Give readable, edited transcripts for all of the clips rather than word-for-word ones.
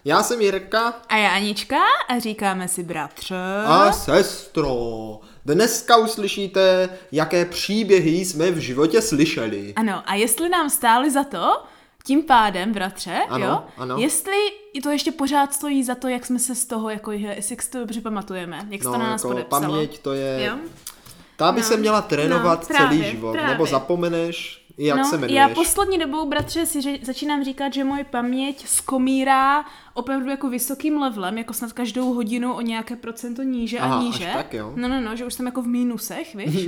Já jsem Jirka. A já Anička a říkáme si bratře. A sestro. Dneska uslyšíte, jaké příběhy jsme v životě slyšeli. Ano, a jestli nám stály za to, tím pádem, bratře, ano, jo? Ano. Jestli to ještě pořád stojí za to, jak jsme se z toho, jako, jestli si to dobře pamatujeme, jak se to na nás jako podepsalo. Paměť to je... Jo? Ta by se měla trénovat celý život, nebo zapomeneš, i jak se jmenuješ. Já poslední dobou, bratře, si začínám říkat, že moje paměť skomírá opravdu jako vysokým levelem, jako snad každou hodinu o nějaké procento níže a níže. Až tak, jo. No, že už jsem jako v mínusech, víš?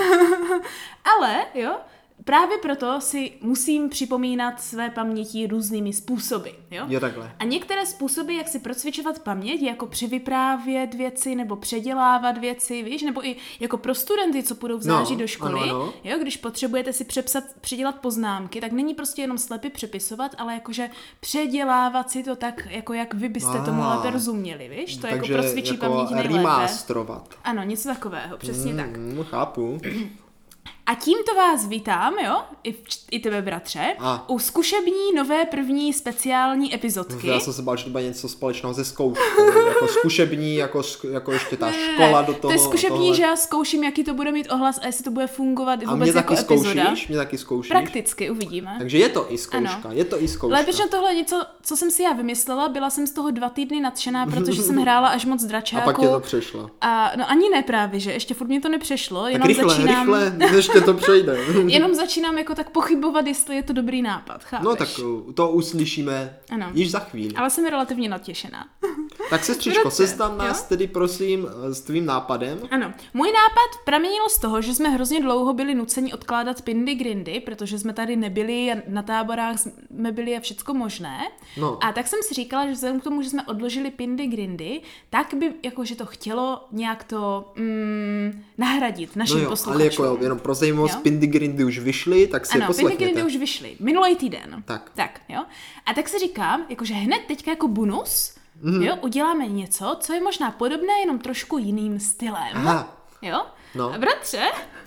Ale, jo, právě proto si musím připomínat své paměti různými způsoby, jo? Jo, takhle. A některé způsoby, jak si procvičovat paměť, jako převyprávět věci nebo předělávat věci, víš, nebo i jako pro studenty, co půjdou v září do školy, ano. Jo, když potřebujete si předělat poznámky, tak není prostě jenom slepě přepisovat, ale jakože předělávat si to tak, jako jak vy byste tomu lépe rozuměli, víš? To takže jako procvičí jako paměť nejlépe. remasterovat. Ano, něco takového, přesně tak. Chápu. A tímto vás vítám, jo, i tebe, bratře, u zkušební nové první speciální epizodky. Já jsem se bál, že to bude něco společného se zkouškou. Jako zkušební, jako ještě ta škola do toho. To je zkušební, že já zkouším, jaký to bude mít ohlas a jestli to bude fungovat a vůbec jako epizoda. Mě taky zkoušíš? Prakticky, uvidíme. Takže je to i zkouška, ano. Je to i zkouška. Ale protože tohle něco, co jsem si já vymyslela, byla jsem z toho 2 týdny nadšená, protože jsem hrála až moc dračáku. A pak tě to přešlo. A no ani ne právě, že ještě furt mě to nepřešlo, tak jenom rychle, ještě to přejde. Jenom začínám jako tak pochybovat, jestli je to dobrý nápad, chápeš? No tak to uslyšíme již za chvíli. Ale jsem relativně natěšená. Tak sestřičko, seznam nás tedy prosím s tvým nápadem. Ano, můj nápad pramenil z toho, že jsme hrozně dlouho byli nuceni odkládat Pindy Grindy, protože jsme tady nebyli a na táborách jsme byli a všecko možné. No. A tak jsem si říkala, že vzhledem k tomu, že jsme odložili Pindy Grindy, tak by jakože to chtělo nějak to nahradit našim posluchačům. Ale jako jenom pro zajímavost, Pindy Grindy už vyšly, tak si je poslechněte. Ano, Pindy Grindy už vyšly. Minulý týden. Tak, jo. A tak si říkám, jakože hned teďka jako bonus, jo, uděláme něco, co je možná podobné, jenom trošku jiným stylem. Aha. Jo? No. A bratře,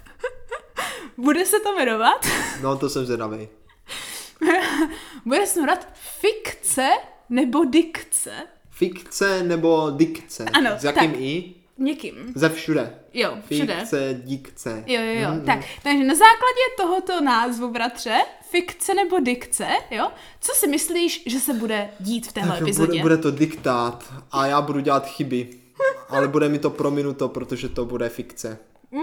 bude se to jmenovat? No, to jsem zvědavej. Bude se jmenovat fikce nebo dikce? Fikce nebo dikce? Ano, s jakým tak. i? Někým. Ze všude. Jo, všude. Fikce, dikce. Jo. Tak, takže na základě tohoto názvu, bratře, fikce nebo dikce, jo, co si myslíš, že se bude dít v téhle epizodě? Bude to diktát a já budu dělat chyby. Ale bude mi to prominuto, protože to bude fikce.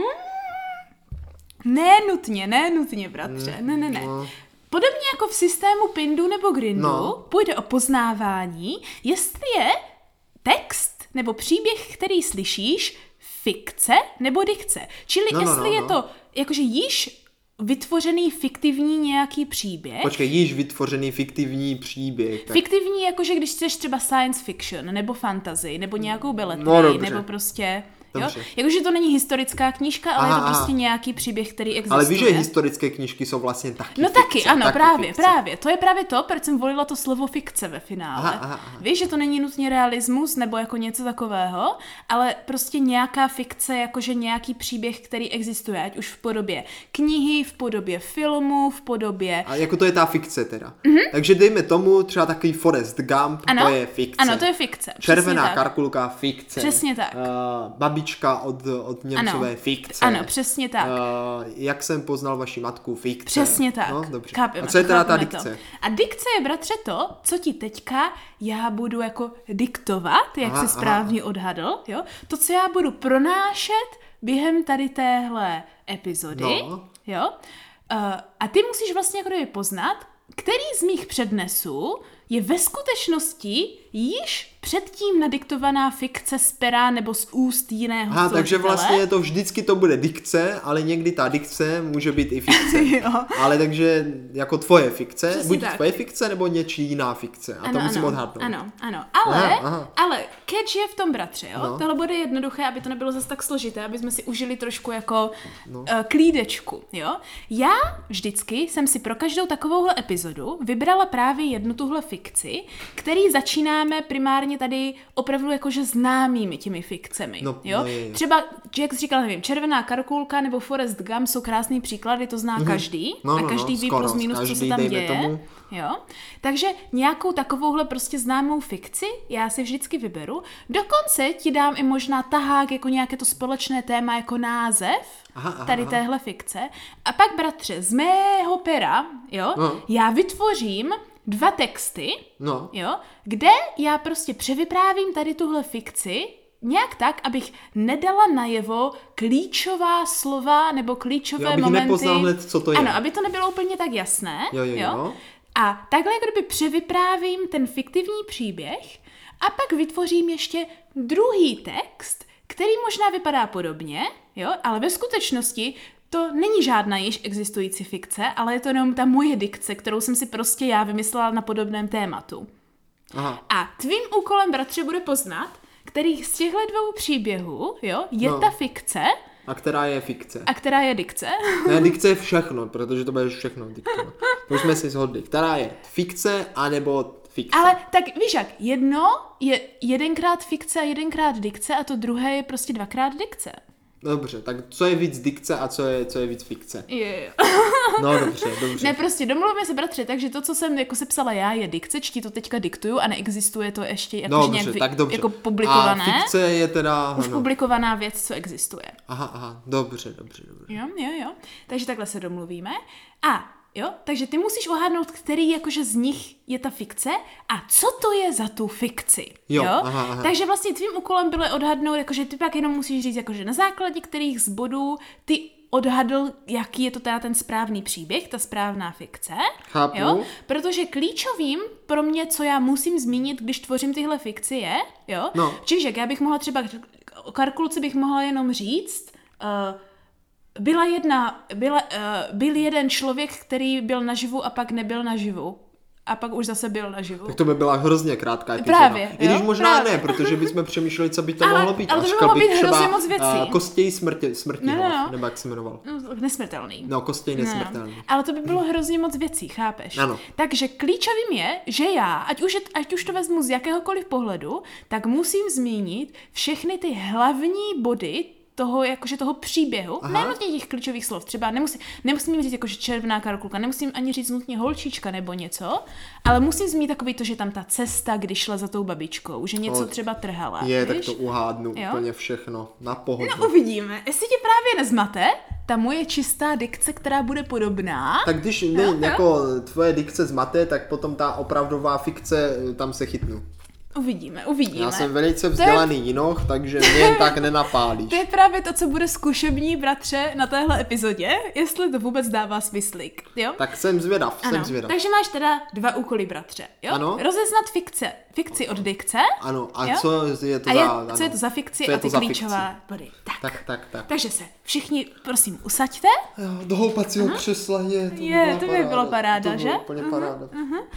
Ne nutně, bratře. Ne. No. Podobně jako v systému Pindu nebo Grindu, půjde o poznávání, jestli je text nebo příběh, který slyšíš, fikce nebo dikce. Čili jestli je to jakože již vytvořený fiktivní nějaký příběh. Počkej, již vytvořený fiktivní příběh. Tak. Fiktivní jakože když chceš třeba science fiction, nebo fantasy, nebo nějakou beletrii, nebo prostě... Jo? Jakože to není historická knížka, ale je to prostě nějaký příběh, který existuje. Ale víš, že historické knížky jsou vlastně taky No fikce, taky, ano, taky právě. To je právě to, proč jsem volila to slovo fikce ve finále. Aha. Víš, že to není nutně realismus nebo jako něco takového, ale prostě nějaká fikce, jakože nějaký příběh, který existuje, ať už v podobě knihy, v podobě filmu, v podobě... A jako to je ta fikce teda. Takže dejme tomu třeba takový Forrest Gump, ano? To je fikce. Ano, to je fikce. Červená karkulka, fikce. Přesně tak. Babička od Němcové, fikce. Ano, přesně tak. Jak jsem poznal vaši matku, fikce. Přesně tak. No, dobře. Chápeme, a co je teda ta dikce? A dikce je, bratře, to, co ti teďka já budu jako diktovat, jak jsi správně odhadl, jo? To, co já budu pronášet během tady téhle epizody, jo? A ty musíš vlastně jako poznat, který z mých přednesů je ve skutečnosti již předtím nadiktovaná fikce z pera nebo z úst jiného složitele. Takže vlastně je to vždycky to bude dikce, ale někdy ta dikce může být i fikce. Jo. Ale takže jako tvoje fikce, přesně buď tak. tvoje fikce nebo něčí jiná fikce. A to musím odhadnout. Ano. Ale catch je v tom, bratře, jo? No. Tohle bude jednoduché, aby to nebylo zase tak složité, aby jsme si užili trošku jako klídečku, jo? Já vždycky jsem si pro každou takovouhle epizodu vybrala právě jednu tuhle fikci, který začínáme primárně hlavně tady opravdu jakože známými těmi fikcemi. Jo? Třeba, jak jsi říkal, nevím, Červená Karkulka nebo Forrest Gump jsou krásný příklady, to zná každý. A každý ví plus minus, co se tam děje. Tomu. Jo? Takže nějakou takovouhle prostě známou fikci já si vždycky vyberu. Dokonce ti dám i možná tahák jako nějaké to společné téma jako název tady téhle fikce. A pak, bratře, z mého pera, jo, já vytvořím 2 texty, jo, kde já prostě převyprávím tady tuhle fikci nějak tak, abych nedala najevo klíčová slova nebo klíčové momenty. Abych nepoznal hned, co to je. Ano, aby to nebylo úplně tak jasné. Jo. A takhle jak kdyby převyprávím ten fiktivní příběh a pak vytvořím ještě druhý text, který možná vypadá podobně, jo, ale ve skutečnosti to není žádná již existující fikce, ale je to jenom ta moje dikce, kterou jsem si prostě já vymyslela na podobném tématu. A tvým úkolem, bratře, bude poznat, který z těchto 2 příběhů, jo, je ta fikce. A která je fikce? A která je dikce? Ne, dikce je všechno, protože to budeš všechno diktovat. To už jsme si shodli. Která je fikce, anebo fikce? Ale tak víš jak, jedno je 1krát fikce a 1krát dikce a to druhé je prostě 2krát dikce. Dobře, tak co je víc dikce a co je víc fikce? Jo. No dobře. Ne, prostě domluvíme se, bratře, takže to, co jsem jako sepsala já, je dikce, ti to teďka diktuju a neexistuje to ještě jako nějak jako publikované. A fikce je teda... Už publikovaná věc, co existuje. Aha, dobře. Jo. Takže takhle se domluvíme. A jo, takže ty musíš ohádnout, který jakože z nich je ta fikce a co to je za tu fikci. Jo? Aha. Takže vlastně tvým úkolem bylo odhadnout, jakože ty pak jenom musíš říct, jakože na základě kterých z bodů ty odhadl, jaký je to teda ten správný příběh, ta správná fikce. Chápu. Jo? Protože klíčovým pro mě, co já musím zmínit, když tvořím tyhle fikci je, jo? Čiže já bych mohla třeba, o Karkulce bych mohla jenom říct, byl jeden člověk, který byl naživu a pak nebyl naživu. A pak už zase byl naživu. Tak to by byla hrozně krátká epizoda. Právě. I když možná ne, protože bychom přemýšleli, co by to mohlo být. Ale to by mohlo být hrozně moc věcí. Kostěj smrti, nebo jak se jmenoval. Nesmrtelný. Kostěj nesmrtelný. Ale to by bylo hrozně moc věcí, chápeš? Ano. Takže klíčovým je, že já, ať už to vezmu z jakéhokoliv pohledu, tak musím zmínit všechny ty hlavní body toho příběhu, nenutně těch klíčových slov, třeba nemusím říct jakože Červená Karkulka, nemusím ani říct nutně holčička nebo něco, ale musím zmínit takový to, že tam ta cesta, když šla za tou babičkou, že něco třeba trhala. Tak to uhádnu úplně všechno, na pohodu. No uvidíme, jestli tě právě nezmate, ta moje čistá dikce, která bude podobná. Tak když jako tvoje dikce zmate, tak potom ta opravdová fikce, tam se chytnu. Uvidíme. Já jsem velice vzdělaný jinoch, takže mě jen tak nenapálíš. To je právě to, co bude zkušební, bratře, na téhle epizodě, jestli to vůbec dává smyslik, jo? Tak jsem zvědav. Takže máš teda 2 úkoly, bratře, jo? Ano. Rozeznat fikci od dikce. Ano, a jo? co je to co je to za fikci a ty klíčová body. Tak. Takže se všichni, prosím, usaďte. Do houpacího křesla to by bylo paráda, že? Úplně paráda.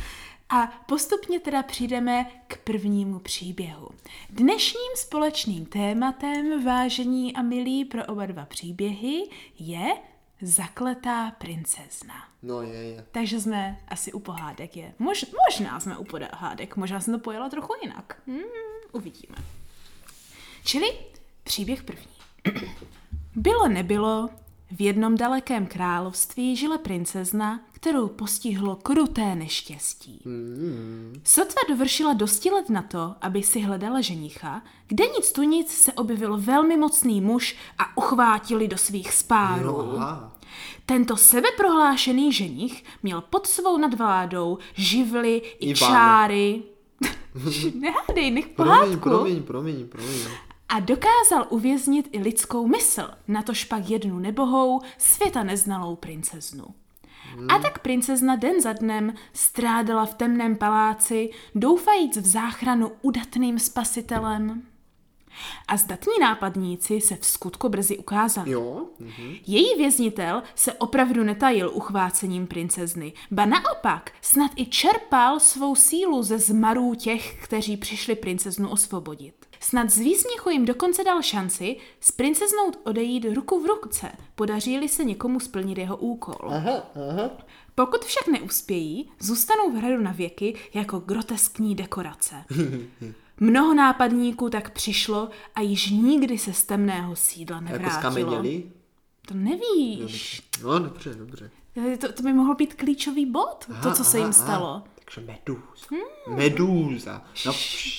A postupně teda přijdeme k prvnímu příběhu. Dnešním společným tématem, vážení a milí, pro oba 2 příběhy je Zakletá princezna. No je. Takže jsme asi u pohádek. Možná jsme u pohádek, možná jsem to pojela trochu jinak. Uvidíme. Čili příběh první. Bylo nebylo, v jednom dalekém království žila princezna, kterou postihlo kruté neštěstí. Sotva dovršila dosti let na to, aby si hledala ženicha, kde nic tu nic se objevil velmi mocný muž a uchvátili do svých spárů. Tento sebeprohlášený ženich měl pod svou nadvládou živly i čáry. Nehádej, nech pohádku. Promiň. A dokázal uvěznit i lidskou mysl, natož pak jednu nebohou, světa neznalou princeznu. A tak princezna den za dnem strádala v temném paláci, doufajíc v záchranu udatným spasitelem. A zdatní nápadníci se v skutku brzy ukázali. Její věznitel se opravdu netajil uchvácením princezny, ba naopak snad i čerpal svou sílu ze zmarů těch, kteří přišli princeznu osvobodit. Snad z výsměchu jim dokonce dal šanci s princeznou odejít ruku v ruce, podaří-li se někomu splnit jeho úkol. Pokud však neuspějí, zůstanou v hradu na věky jako groteskní dekorace. Mnoho nápadníků tak přišlo a již nikdy se z temného sídla nevrátilo. Jako skameněli? To nevíš. No, dobře. To by mohl být klíčový bod, co se jim stalo. Takže medúza. No,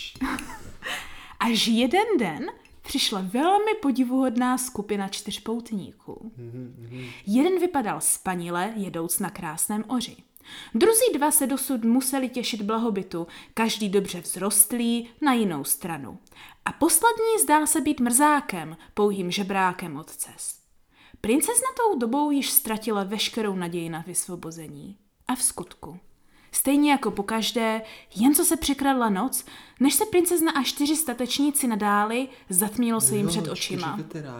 Až jeden den přišla velmi podivuhodná skupina 4 poutníků. Jeden vypadal spanile, jedouc na krásném oři. Druzí 2 se dosud museli těšit blahobytu, každý dobře vzrostlý na jinou stranu. A poslední zdál se být mrzákem, pouhým žebrákem od cest. Princezna tou dobou již ztratila veškerou naději na vysvobození. A v skutku. Stejně jako pokaždé, jen co se přikradla noc, než se princezna a 4 statečníci nadáli, zatmílo se jim před očima.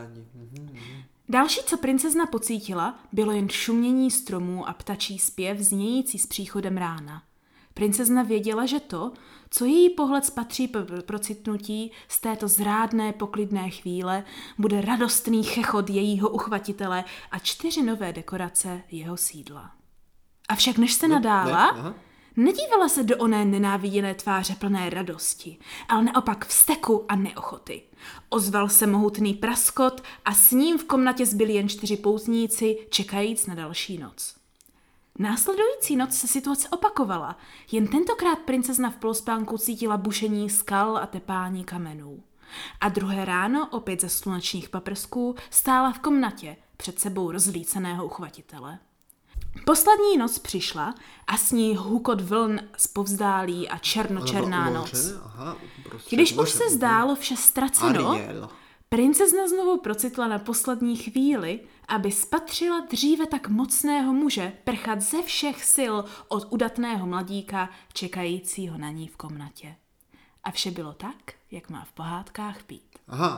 Další, co princezna pocítila, bylo jen šumění stromů a ptačí zpěv znějící s příchodem rána. Princezna věděla, že to, co její pohled spatří po procitnutí z této zrádné poklidné chvíle, bude radostný chechot jejího uchvatitele a 4 nové dekorace jeho sídla. Avšak než se nadála, nedívala se do oné nenáviděné tváře plné radosti, ale naopak vzteku a neochoty. Ozval se mohutný praskot a s ním v komnatě zbyli jen 4 poutníci, čekajíc na další noc. Následující noc se situace opakovala, jen tentokrát princezna v polospánku cítila bušení skal a tepání kamenů. A druhé ráno, opět ze slunečních paprsků, stála v komnatě, před sebou rozlíceného uchvatitele. Poslední noc přišla a s ní hukot vln zpovzdálí a černočerná noc. Když už se zdálo vše ztraceno, princezna znovu procitla na poslední chvíli, aby spatřila dříve tak mocného muže prchat ze všech sil od udatného mladíka, čekajícího na ní v komnatě. A vše bylo tak, jak má v pohádkách být.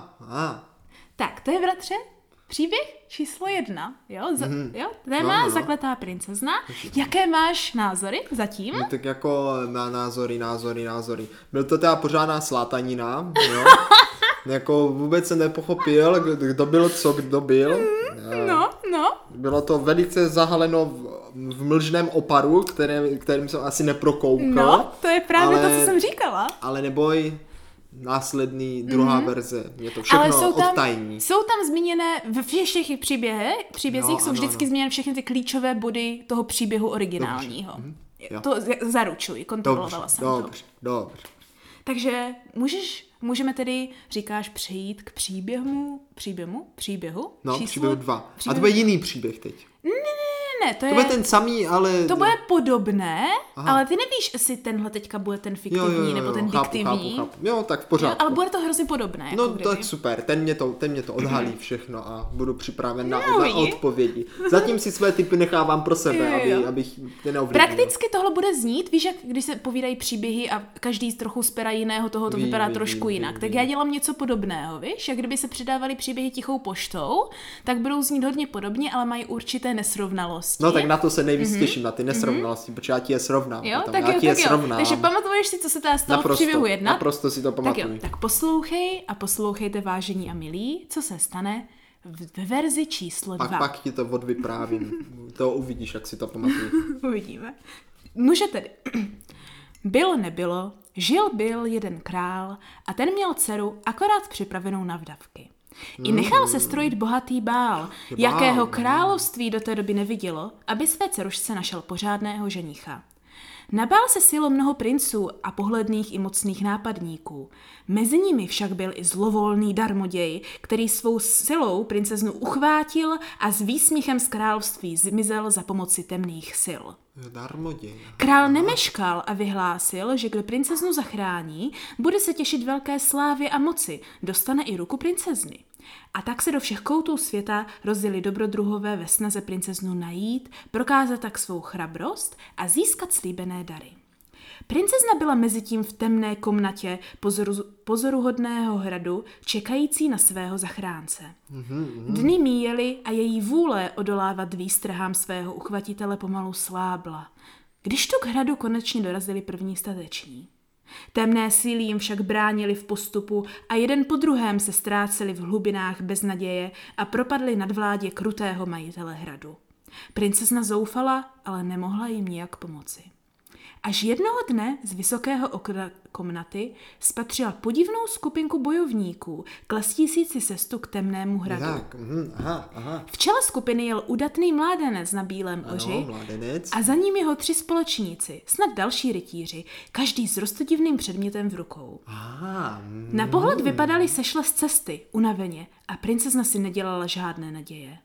Tak, to je, bratře, příběh číslo 1, jo? Téma zakletá princezna. Jaké máš názory zatím? No, tak jako názory. Byl to teda pořádná slátanina, jo? Jako vůbec jsem nepochopil, kdo byl. No. Bylo to velice zahaleno v mlžném oparu, kterým jsem asi neprokoukl. No, to je právě to, co jsem říkala. Ale neboj, následný druhá verze. Je to všechno odtajní. Jsou tam zmíněné ve všech příbězích jsou vždycky zmíněny všechny ty klíčové body toho příběhu originálního. To zaručuji, kontrolovala jsem to. Dobře. Takže můžeme tedy, říkáš, přejít k příběhu? No, příběhu 2. A to bude jiný příběh teď. Ne, to bude ten samý, ale... To bude podobné, ale ty nevíš, jestli tenhle teďka bude ten fiktivní nebo ten diktivní. Chápu. Jo, tak v pořádku. Ale bude to hrozně podobné. No tak super, ten mě to odhalí všechno a budu připraven na odpovědi. Zatím si své tipy nechávám pro sebe, abych neovlivnil. Prakticky tohle bude znít, víš, jak když se povídají příběhy a každý z trochu z pera jiného to vypadá trošku jinak. Tak já dělám něco podobného, víš, jak kdyby se předávali příběhy tichou poštou, tak budou znít hodně podobně, ale mají určité nesrovnalosti. No tak na to se nejvíc těším, na ty nesrovnalosti, protože já ti je srovnám. Jo, tak jo. Takže pamatuješ si, co se teda stalo v příběhu 1? Naprosto si to pamatuju. Tak poslouchejte, vážení a milí, co se stane ve verzi číslo 2. Pak ti to odvyprávím. To uvidíš, jak si to pamatuju. Uvidíme. Nože tedy. Bylo nebylo, byl jeden král a ten měl dceru akorát připravenou na vdavky. I nechal se strojit bohatý bál, jakého království do té doby nevidělo, aby své dcerušce našel pořádného ženicha. Na bál se sjelo mnoho princů a pohledných i mocných nápadníků. Mezi nimi však byl i zlovolný darmoděj, který svou silou princeznu uchvátil a s výsměchem z království zmizel za pomoci temných sil. Darmoděj. Král nemeškal a vyhlásil, že kdo princeznu zachrání, bude se těšit velké slávě a moci, dostane i ruku princezny. A tak se do všech koutů světa rozjeli dobrodruhové ve snaze princeznu najít, prokázat tak svou chrabrost a získat slíbené dary. Princezna byla mezitím v temné komnatě pozoruhodného hradu, čekající na svého zachránce. Dny míjely a její vůle odolávat výstrahám svého uchvatitele pomalu slábla, když tu k hradu konečně dorazili první stateční. Temné síly jim však bránili v postupu a jeden po druhém se ztráceli v hlubinách beznaděje a propadli nadvládě krutého majitele hradu. Princezna zoufala, ale nemohla jim nijak pomoci. Až jednoho dne z vysokého okna komnaty spatřila podivnou skupinku bojovníků, klestící si cestu k temnému hradu. Tak, aha. V čele skupiny jel udatný mládenec na bílém oři mládenec. a za ním jeho 3 společníci, snad další rytíři, každý s roztodivným předmětem v rukou. Na pohled vypadali sešle z cesty, unaveně, a princezna si nedělala žádné naděje.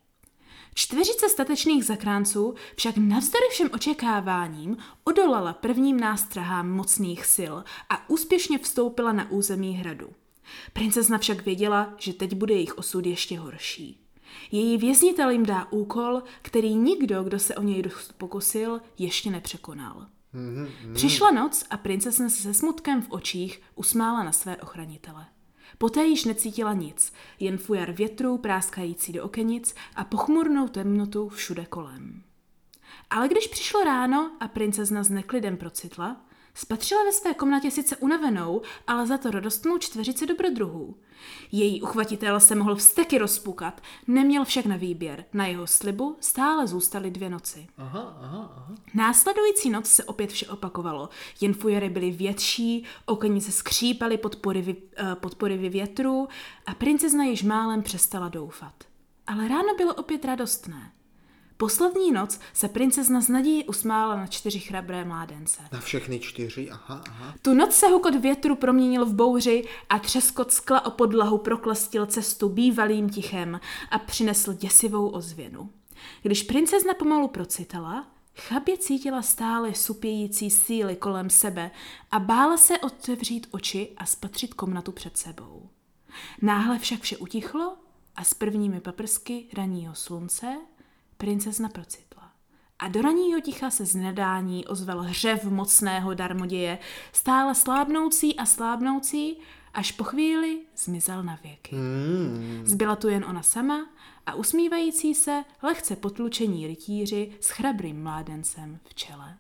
4 statečných zakránců však navzdory všem očekáváním odolala prvním nástrahám mocných sil a úspěšně vstoupila na území hradu. Princezna však věděla, že teď bude jejich osud ještě horší. Její věznitel jim dá úkol, který nikdo, kdo se o něj pokusil, ještě nepřekonal. Přišla noc a princezna se se smutkem v očích usmála na své ochranitele. Poté již necítila nic, jen fujar větru práskající do okenic a pochmurnou temnotu všude kolem. Ale když přišlo ráno a princezna s neklidem procitla, spatřila ve své komnatě sice unavenou, ale za to radostnou 4 dobrodruhů. Její uchvatitel se mohl vzteky rozpukat, neměl však na výběr. Na jeho slibu stále zůstaly 2 noci. Aha. Následující noc se opět vše opakovalo. Jen fujary byly větší, okenice skřípaly pod porivy větru a princezna již málem přestala doufat. Ale ráno bylo opět radostné. Poslední noc se princezna z naději usmála na 4 chrabré mládence. Na všechny 4, aha. Tu noc se hukot větru proměnil v bouři a třeskot skla o podlahu proklestil cestu bývalým tichem a přinesl děsivou ozvěnu. Když princezna pomalu procitala, chabě cítila stále supějící síly kolem sebe a bála se otevřít oči a spatřit komnatu před sebou. Náhle však vše utichlo a s prvními paprsky ranního slunce princezna procitla. A do ranního ticha se z nedání ozval hřev mocného darmoděje, stále slábnoucí, až po chvíli zmizel na věky. Zbyla tu jen ona sama a usmívající se lehce potlučení rytíři s chrabrým mládencem v čele.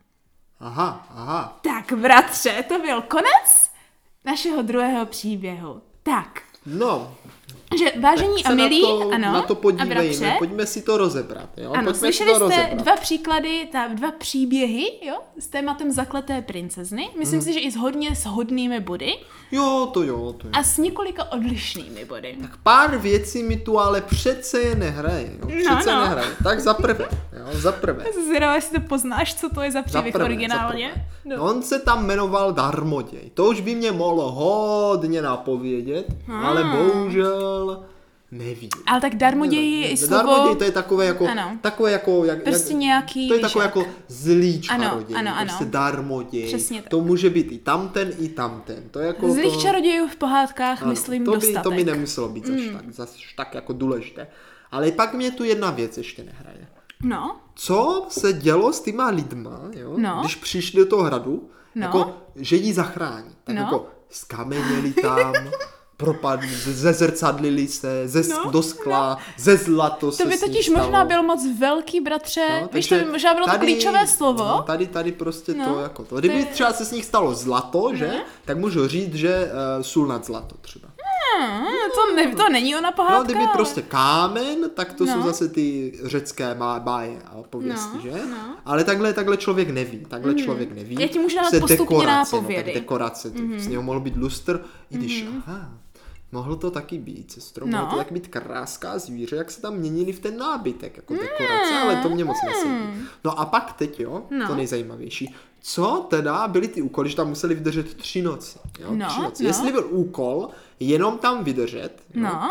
Aha. Tak, bratře, to byl konec našeho druhého příběhu. Tak. No. Že vážení a milí, ano, na to podívejme, a bratře, pojďme si to rozebrat. Jo? Ano, Pojďme slyšeli to jste rozebrat. 2 příklady, 2 příběhy, jo, s tématem zakleté princezny. Myslím si, že i s hodně shodnými body Jo, to jo. a s několika odlišnými body. Tak pár věcí mi tu ale přece je nehraje. Jo? Nehraje. Tak za prvé. Zvědavá, jestli to poznáš, co to je za příběh originálně. No. On se tam jmenoval Darmoděj. To už by mě mohlo hodně napovědět, ale bohužel nevím. Ale tak darmoděj je i slovo... Darmoděj to je takové jako... Ano. Takové jako Prostě nějaký... To je takové jako zlý Ano, čaroděj. ano. Prostě darmoděj. Přesně tak. To může být i tamten. To je jako Zlých to... čarodějů v pohádkách, myslím, dostatek. To by nemuselo být zase tak jako důležité. Ale pak mě tu jedna věc ještě nehraje. No. Co se dělo s těma lidma, jo? Když přišli do toho hradu, jako, že jí zachrání. Tak jako skameněli tam, propadli, zezrcadlili se, do skla, ze zlato se To by totiž možná byl moc velký, bratře, víš, to by možná bylo to klíčové slovo. No, tady prostě to jako to. Kdyby třeba se z nich stalo zlato, že? Tak můžu říct, že sůl nad zlato třeba. To není ona pohádka. No, kdyby prostě kámen, tak to jsou zase ty řecké báje a pověsti, že? No. Ale takhle člověk neví. Já ti můžu dát postupně nápovědy. Dekorace, z něho mohl být lustr, i když, mohlo to taky být, sestro, mohlo to taky být kráská zvíře, jak se tam měnili v ten nábytek, jako dekorace, ale to mě moc nesedí. No a pak teď, to nejzajímavější. Co teda byly ty úkoly, že tam museli vydržet 3 noci? Jo? 3 noci. Jestli byl úkol jenom tam vydržet,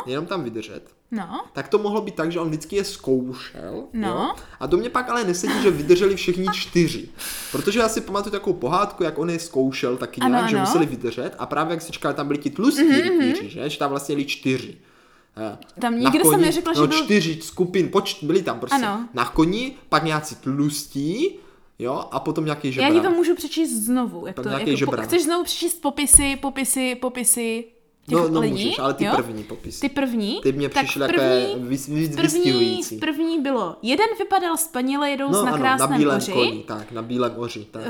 tak to mohlo být tak, že on vždycky je zkoušel. Jo? A to mě pak ale nesedí, že vydrželi všichni 4. Protože já si pamatuju takovou pohádku, jak on je zkoušel taky nějak, že museli vydržet. A právě jak si říkal, tam byli ti tlustí rytíři, že tam vlastně byli 4. Tam nikdy jsem neřekla, že byl... 4 skupin, byli tam prostě na koni, pak nějací tlustí, jo, a potom nějaký žebran. Já ti to můžu přečíst znovu. Chceš znovu přečíst popisy těch lidí? Můžeš, ale ty první popisy. Ty první? Ty mě přišly takové vystihující. První bylo, jeden vypadal spanile jedouc na krásném oři. Koni, na bílém oři. Tak.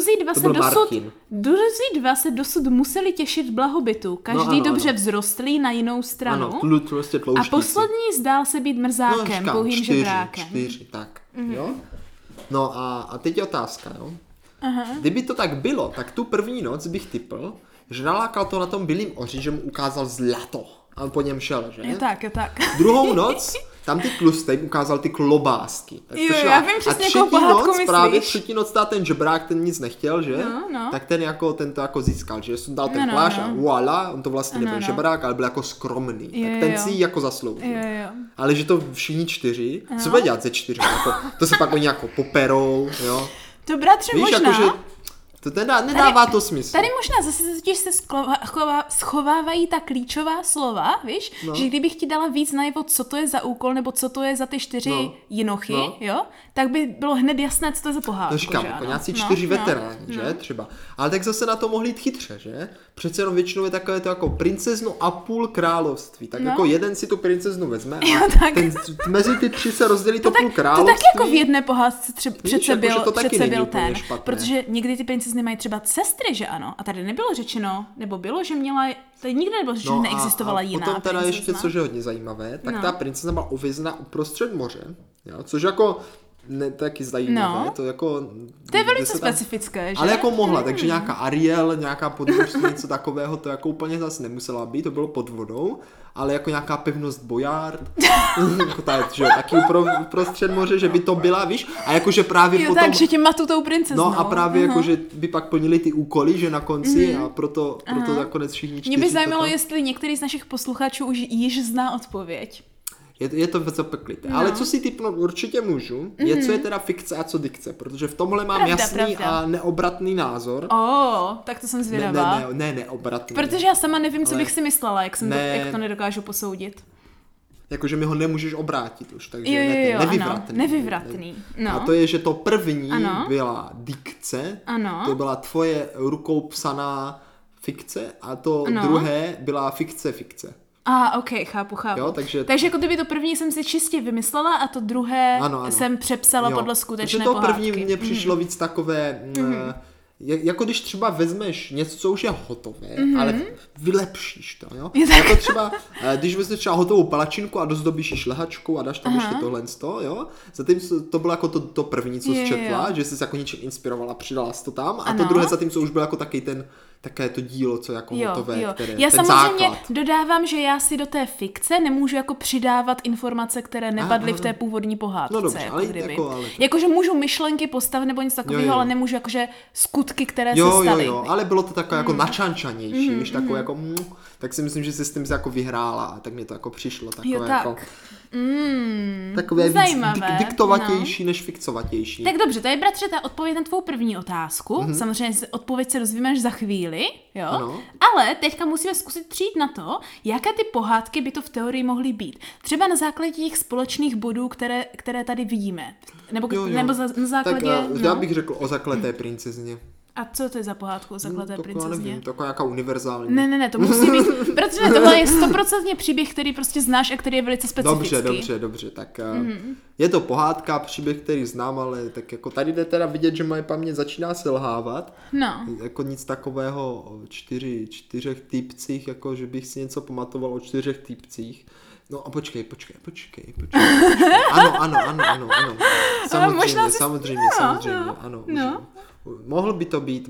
Druzí dva se dosud museli těšit blahobytu. Každý dobře vzrostlý na jinou stranu. Ano, prostě a poslední zdál se být mrzákem, pouhým žebrákem. 4, tak. Jo? No a teď je otázka, jo. Kdyby to tak bylo, tak tu první noc bych tipl, že nalákal to na tom bílým oři, že mu ukázal zlato. A on po něm šel, že? Je tak. Druhou noc tam ty klustej ukázal ty klobásky. Tak jo, já vím přesně, jakou pohádku myslíš. Právě třetí noc ten žebrák, ten nic nechtěl, že? No. Tak ten to jako získal, že? Sundal ten plášť a voilà, on to vlastně nebyl žebrák, ale byl jako skromný. Tak ten si jako zasloužil. Jo. Ale že to všichni 4, co bude dělat ze 4? Jako, to se pak oni jako poperou, jo? To bratře víš, možná. Jako, to nedává to smysl. Tady možná zase totiž se schovávají ta klíčová slova, víš? Že kdybych ti dala víc najevo, co to je za úkol, nebo co to je za ty 4 jinochy, jo? Tak by bylo hned jasné, co to je za pohádku. To říkám, jako nějací 4 veteráni, že? Třeba. Ale tak zase na to mohli jít chytře, že? Přece jenom většinou je takové to jako princeznu a půl království. Tak jako jeden si tu princeznu vezme a mezi ty 3 se rozdělí to půl království. To tak jako v jedné pohádce přece byl ten. Protože někdy ty princezny mají třeba sestry, že ano? A tady nebylo řečeno, nebo bylo, že měla, tady nikdy nebylo řečeno, že neexistovala jiná potom teda princezna. ještě, což je hodně zajímavé, tak ta princezna byla uvězná uprostřed moře, jo? Což jako taky zajímavé, to jako... To je velice specifické, že? Ale jako mohla, takže nějaká Ariel, nějaká podvodství, něco takového, to jako úplně zase nemusela být, to bylo pod vodou, ale jako nějaká pevnost Boyard, jako taky uprostřed moře, že by to byla, víš, a jakože právě potom... takže tě matu tou princeznou. No a právě jako, že by pak plnili ty úkoly, že na konci a proto nakonec všichni 4. Mě by zajímalo, jestli některý z našich posluchačů už již zná odpověď. Je to zapeklité. Ale co si typnout určitě můžu, je, co je teda fikce a co dikce, protože v tomhle mám jasný a neobratný názor. Tak to jsem zvědavá. Neobratný. Protože já sama nevím, co bych si myslela, jak to nedokážu posoudit. Jakože mi ho nemůžeš obrátit už, takže nevyvratný. No. A to je, že to první byla dikce, to byla tvoje rukou psaná fikce a to druhé byla fikce. Ok, chápu. Jo, takže jako kdyby to první jsem si čistě vymyslela a to druhé jsem přepsala podle skutečné pohádky. To první mně přišlo víc takové, jako když třeba vezmeš něco, co už je hotové, ale vylepšíš to, jo? Jako třeba, když vezmeš třeba hotovou palačinku a dozdobíš ji šlehačkou a dáš tam ještě tohle jo? Zatímco to bylo jako to první, co jsi četla, že jsi se jako něčím inspirovala, přidala jsi to tam a to druhé zatímco už bylo jako také to dílo, co jako hotové, které já ten samozřejmě základ. Dodávám, že já si do té fikce nemůžu jako přidávat informace, které nepadly v té původní pohádce. No dobře, jako ale kdyby. ale... Jakože můžu myšlenky postavit nebo něco takového, ale nemůžu jakože skutky, které se staly. Ale bylo to takové jako načančanější, víš, takové jako tak si myslím, že jsi s tím jako vyhrála a tak mě to jako přišlo takové jako takové víc diktovatější než fikcovatější. Tak dobře, to je bratře ta odpověď na tvou první otázku. Samozřejmě odpověď se dozvíme až za chvíli, jo? Ano. Ale teďka musíme zkusit přijít na to, jaké ty pohádky by to v teorii mohly být. Třeba na základě těch společných bodů, které tady vidíme. Nebo na základě... Tak já bych řekl o zakleté princezně. A co to je za pohádku o zakleté princezně? Nevím, taková nějaká univerzální. Ne, to musí být, protože tohle je 100% příběh, který prostě znáš a který je velice specifický. Dobře, tak je to pohádka, příběh, který znám, ale tak jako tady jde teda vidět, že moje paměť začíná selhávat. No. Jako nic takového o 4 typcích, jako že bych si něco pamatoval o 4 typcích. No a počkej. Ano. Samozřejmě, ano. No. Mohl by to být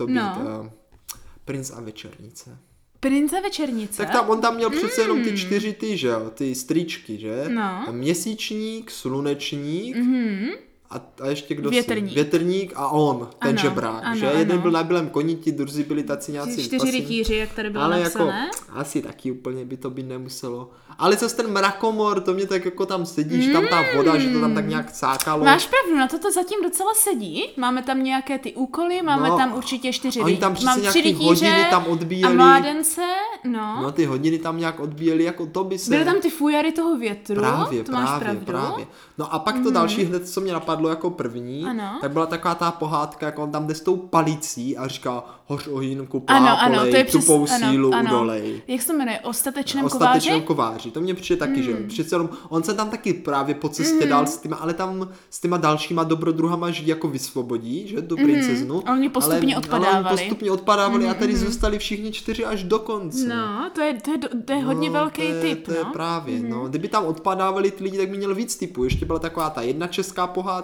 Princ a večernice. Princ a večernice? Tak on tam měl přece jenom ty 4 že jo, ty strýčky, že? No. Měsíčník, slunečník a ještě kdo Větrník a on, ten žebrák, že? Jeden byl na bílém koni, ti druzí byli taci nějací 4 rytíři, jak tady bylo napsané. Jako, asi taky úplně by to být nemuselo. Ale zase ten mrakomor, to mě tak jako tam sedí, že tam ta voda, že to tam tak nějak cákalo. Máš pravdu, na to zatím docela sedí. Máme tam nějaké ty úkoly, máme tam určitě 4 rytíře. Oni tam přece nějaký hodiny tam odbíjeli. A mládence, No ty hodiny tam nějak odbíjeli, jako to by se... Byly tam ty fujary toho větru, Právě. No a pak to další hned, co mě napadlo jako první, tak byla taková ta pohádka, jako on tam jde s tou palicí a říká hoř ohýnku, plápolej, tupou sílu udolej. Jak se to jmenuje? Ostatečném kováři. To mě přijde taky, že přece on se tam taky právě po cestě dal s těma, ale tam s těma dalšíma dobrodruhama že jako vysvobodí, že, tu princeznu. A oni postupně odpadávali. A tady zůstali všichni 4 až do konce. No, to je hodně velký typ, To je právě, Kdyby tam odpadávali ty lidi, tak by měl víc typů. Ještě byla taková ta jedna česká pohádka,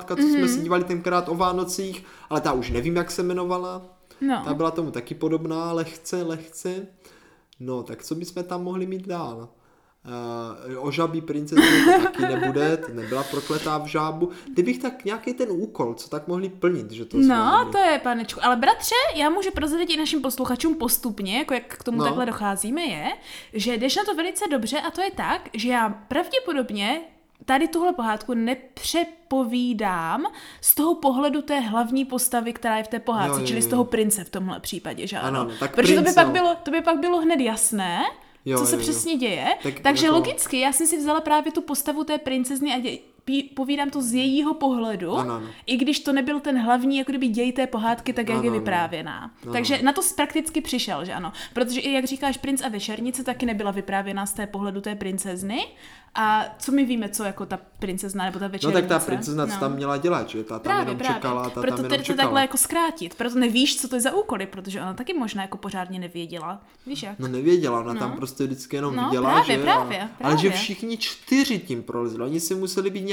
pohádka, co jsme se dívali tenkrát o Vánocích, ale ta už nevím, jak se jmenovala. No. Ta byla tomu taky podobná, lehce. No, tak co bychom tam mohli mít dál? O žabí princezně to taky nebude, to nebyla prokletá v žábu. Kdybych tak nějaký ten úkol, co tak mohli plnit, že to No, to je, panečku. Ale bratře, já můžu prozradit i našim posluchačům postupně, jako jak k tomu takhle docházíme, je, že jdeš na to velice dobře a to je tak, že já pravděpodobně tady tuhle pohádku nepřepovídám z toho pohledu té hlavní postavy, která je v té pohádce, čili z toho prince v tomhle případě, že ano. Tak protože to by pak bylo hned jasné, co se přesně děje. Takže jako logicky, já jsem si vzala právě tu postavu té princezny a povídám to z jejího pohledu, i když to nebyl ten hlavní jako kdyby děj té pohádky, tak jak je vyprávěná. Takže na to prakticky přišel, že ano. Protože i jak říkáš, Princ a večernice taky nebyla vyprávěná z té pohledu té princezny. A co my víme, co jako ta princezna nebo ta večernice? No tak ta princezna co tam měla dělat, že? Ta tam jenom čekala, ta proto tam jenom čekala. Takhle jako zkrátit, proto nevíš, co to je za úkoly, protože ona taky možná jako pořádně nevěděla. Víš jak? No nevěděla, ona tam prostě vždycky jenom viděla, právě, že? Ale že všichni 4 tím prolezli, oni si museli být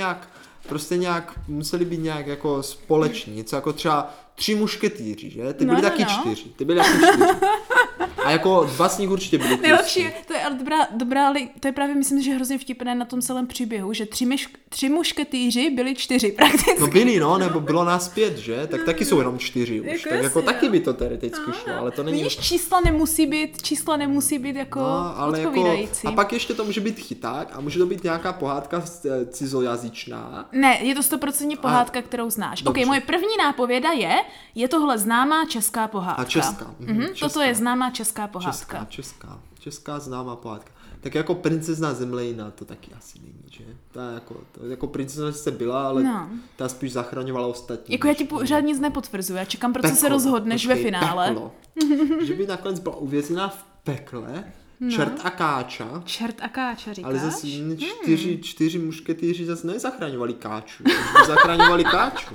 nějak jako společní, něco jako třeba 3 mušketýři, že? Ty byli taky 4, ty byli taky 4. A jako 2 z nich určitě byli. Nejlepší, to je ale dobrá, to je právě, myslím, že hrozně vtipné na tom celém příběhu, že 3 mušketýři byli 4 prakticky. No byli, nebo bylo nás 5, že? Tak taky jsou jenom 4 už, jako tak jako taky by to teoreticky šlo, ale to není. Víš, čísla nemusí být jako odpovídající. Jako, a pak ještě to může být chyták a může to být nějaká pohádka cizojazyčná. Ne, je to 100% pohádka, kterou znáš. Ok, moje první nápověda je tohle známá česká pohádka. A česká. Toto je známá česká pohádka. Česká známá pohádka. Tak jako princezna Zemlejna to taky asi není, že? Ta jako princezna se byla, ale ta spíš zachraňovala ostatní. Jako já ti pořád nic nepotvrzuji, já čekám, proč se rozhodneš ve finále. Peklo. Že by nakonec byla uvězněná v pekle, Čert a Káča. Čert a Káča, říkáš? Ale zase 4 mušketýři zase nezachraňovali Káču. Zachraňovali Káču.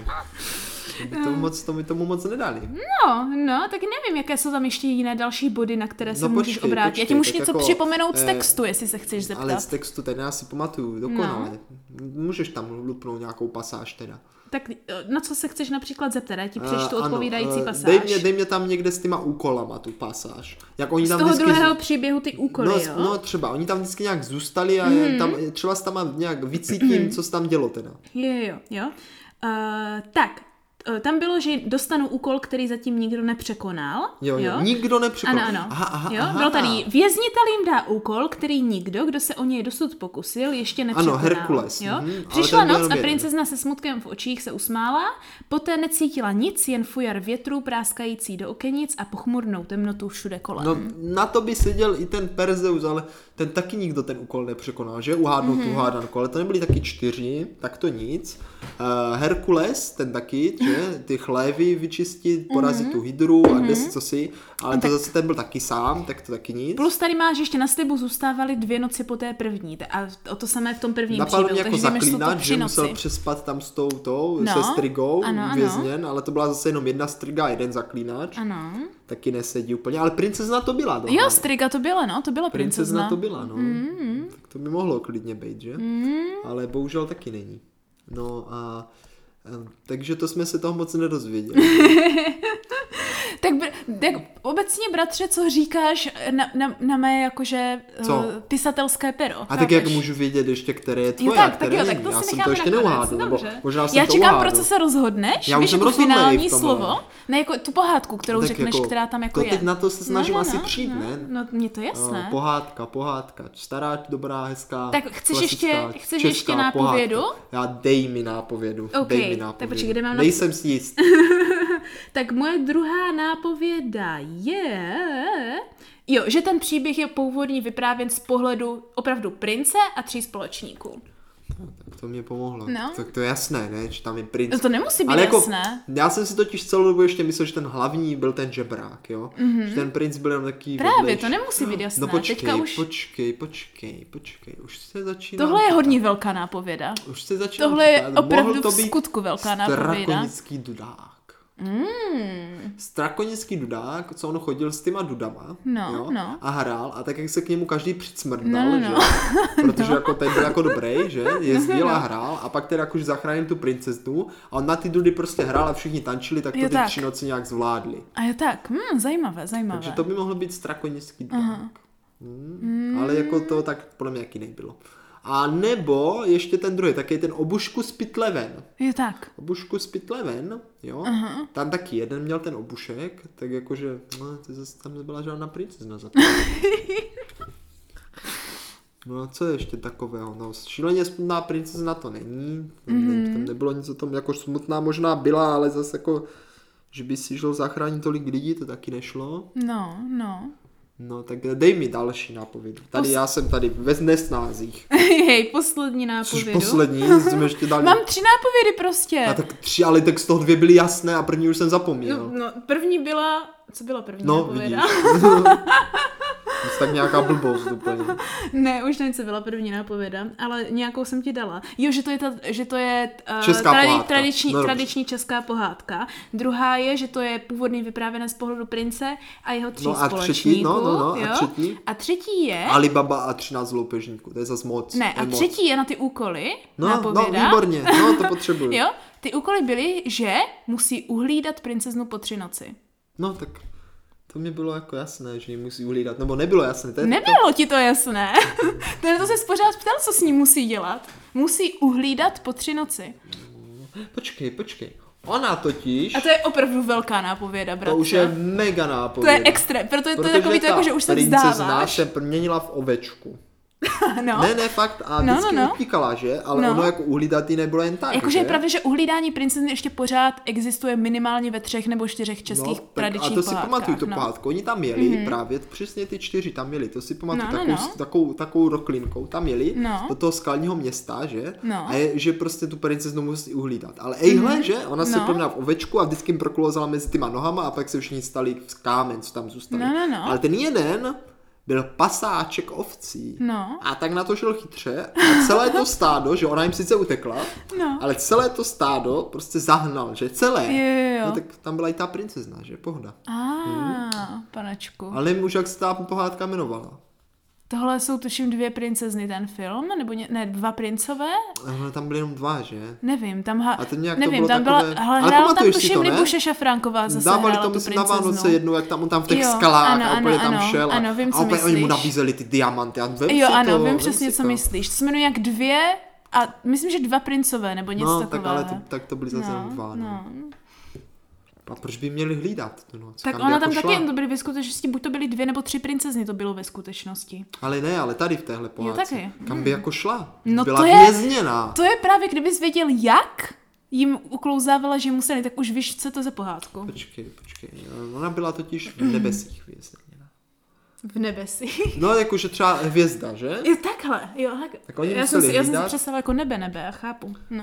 To mi tomu moc nedali. No, tak nevím, jaké jsou tam ještě jiné další body, na které se můžeš obrátit. Já ti můžu něco připomenout z textu, jestli se chceš zeptat. Ale z textu ten já si pamatuju dokonale. Můžeš tam lupnout nějakou pasáž teda. Tak na co se chceš například zeptat? Já ti přečtu odpovídající pasáž. Dej mě tam někde s těma úkolama tu pasáž. Jak oni tam z toho druhého příběhu ty úkoly, jo? No třeba, oni tam vždycky nějak zůstali a tam, třeba s tam nějak vycítím, co se tam dělo teda. Jo. Tak, tam bylo, že dostanou úkol, který zatím nikdo nepřekonal. Jo. Nikdo nepřekonal. Ano. Aha, bylo tady, věznitel jim dá úkol, který nikdo, kdo se o něj dosud pokusil, ještě nepřekonal. Ano, Herkules. Jo? Přišla noc a princezna se smutkem v očích se usmála, poté necítila nic, jen fujar větru práskající do okenic a pochmurnou temnotu všude kolem. No, na to by seděl i ten Perzeus, ale ten taky nikdo ten úkol nepřekonal, že? Uhádnout tu hádanku, ale to nebyli taky 4, tak to nic. Herkules, ten taky, že? Ty chlévy vyčistit, porazit tu hydru a desi co si, ale to zase ten byl taky sám, tak to taky nic. Plus tady máš, ještě na slibu zůstávaly 2 noci po té první a o to samé v tom prvním příběhu. Napadlo mě jako zaklínač, že musel přespat tam s tou se strigou vězněn, ale to byla zase jenom 1 striga a 1 zaklínač. Ano. Taky nesedí úplně, ale princezna to byla. Jo, striga to byla, to byla princezna. To byla, Tak to by mohlo klidně být, že? Ale bohužel taky není. No a takže to jsme se toho moc nedozvěděli. tak obecně, bratře, co říkáš na mé jakože pisatelské pero? A tak jak můžu vědět ještě, které je tvoje a které není? Já jsem to ještě neuhádl. Já čekám, pro co se rozhodneš. Já už jsem jako finální slovo. Ne, ne, jako tu pohádku, kterou řekneš, jako, která tam jako je. Teď na to se snažím asi přijít, ne? No, mně to jasné. Pohádka. Stará, dobrá, hezká, tak chceš ještě nápovědu? Dej mi nápovědu. Tak počkej, kde mám nejsem si jist. Tak moje druhá nápověda je... Jo, že ten příběh je původně vyprávěn z pohledu opravdu prince a 3 společníků. Tak to mě pomohlo. No. Tak to je jasné, ne? Že tam je princ. No to nemusí být jasné. Já jsem si totiž celou dobu ještě myslel, že ten hlavní byl ten žebrák, jo? Že ten princ byl jenom taký právě, vedlejší. To nemusí být jasné. No počkej. Už se začíná. Tohle je hodně velká nápověda. Už se začíná. Tohle je opravdu v skutku velká nápověda. Drakonický dudák. Strakonický dudák, co on chodil s těma dudama, jo? A hrál a tak jak se k němu každý přicmrdal, že? Protože jako ten byl jako dobrý, že? Jezdil a hrál a pak teda jakož zachránil tu princeznu a on na ty dudy prostě hrál a všichni tančili, tak to ty 3 noci nějak zvládli. A je tak, zajímavé. Takže to by mohlo být strakonický dudák. Ale jako to tak podle mě jaký nebylo. A nebo ještě ten druhý, taky ten Obušku z Pytleven. Je tak. Obušku z Pytleven, jo. Tam taky jeden měl ten obušek, tak jakože, to zase tam nebyla žádná princezna za to. No a co je ještě takového? No, šíleně smutná princezna to není. Tam nebylo nic o tom, jako smutná možná byla, ale zase jako, že by si šlo zachránit tolik lidí, to taky nešlo. No, tak dej mi další nápovědu. Tady já jsem tady ve nesnázích. Hej, poslední nápovědu. Poslední, jsme ještě dali. Mám 3 nápovědy prostě. A tak 3, ale tak z toho 2 byly jasné a první už jsem zapomněl. No, první byla, co byla první nápověda? Tak nějaká blbost úplně. Ne, už nevím, co byla první nápověda, ale nějakou jsem ti dala. Jo, že to je tradiční česká pohádka. Druhá je, že to je původný vyprávěné z pohledu prince a jeho 3 společníků. A třetí je... Alibaba a 13 loupežníků, to je zase moc. Ne, a třetí je na ty úkoly, nápověda. No, výborně, to potřebuji. Jo, ty úkoly byly, že musí uhlídat princeznu po 3 noci. No, tak... To mi bylo jako jasné, že ji musí uhlídat, nebo nebylo jasné. Nebylo ti to jasné. To se pořád ptal, co s ní musí dělat. Musí uhlídat po 3 noci. Počkej. Ona totiž... A to je opravdu velká nápověda, bratře. To už je mega nápověda. To je extra, protože to je takový to, jako, že už se vzdáváš. Princezna se měnila v ovečku. Ne, fakt. A vždycky utíkala, že? Ale ono jako uhlídat jí nebylo jen tak, jakože je pravda, že uhlídání princezny ještě pořád existuje minimálně ve 3 nebo 4 českých tradičních pohádkách. A to si pamatuju tu pohádku. Oni tam jeli, právě přesně ty 4 tam jeli. To si pamatuju takovou roklinkou. Tam jeli do toho skalního města, že? A je, že prostě tu princeznu musí uhlídat. Ale ejhle, že? Ona se proměnila v ovečku a vždycky jim proklouzala mezi těma nohama a pak se všichni stali v kámen, co tam zůstali. Ale ten jeden byl pasáček ovcí. A tak na to šel chytře a celé to stádo, že ona jim sice utekla, ale celé to stádo prostě zahnal, že celé. Jo. No tak tam byla i ta princezna, že? Pohoda. Panečku. Ale nevím už, jak se ta pohádka jmenovala. Tohle jsou tuším 2 princezny, ten film, nebo ne, 2 princové? Ale tam byly jenom 2, že? Nevím, tam a to nějak nevím, to bylo tam byla, takové... hrála tam tuším Libuše Šafránková zase dávali to myslím na Vánoce jednou, jak tam on tam v těch skalách a úplně tam šel ano, vím, a opět oni mu nabízeli ty diamanty. Vím přesně, co myslíš. To se jmenuje jak 2 a myslím, že 2 princové, nebo něco takového. No, tak to byly zase jenom 2, A proč by měli hlídat tu noc? Tak ona tam taky to byly ve skutečnosti, buď to byly 2 nebo 3 princezny, to bylo ve skutečnosti. Ale ne, ale tady v téhle pohádce. Kam by jako šla? No byla vězněná. To je právě, kdybys věděl, jak jim uklouzávala, že museli, tak už víš, co to za pohádku. Počkej. Ona byla totiž v nebesích vězněná. V nebesích? No, jakože třeba hvězda, že? Jo, takhle. Tak oni já jsem si představila jako nebe, já chápu. No.